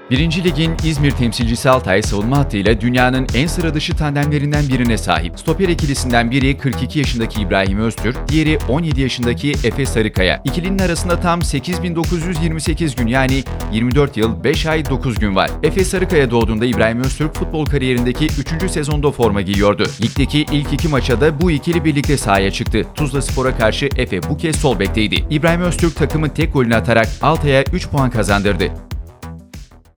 1. Lig'in İzmir temsilcisi Altay savunma hattıyla dünyanın en sıra dışı tandemlerinden birine sahip. Stoper ikilisinden biri 42 yaşındaki İbrahim Öztürk, diğeri 17 yaşındaki Efe Sarıkaya. İkilinin arasında tam 8.928 gün yani 24 yıl 5 ay 9 gün var. Efe Sarıkaya doğduğunda İbrahim Öztürk futbol kariyerindeki 3. sezonda forma giyiyordu. Ligdeki ilk 2 maça da bu ikili birlikte sahaya çıktı. Tuzlaspor'a karşı Efe bu kez sol bekteydi. İbrahim Öztürk takımın tek golünü atarak Altay'a 3 puan kazandırdı.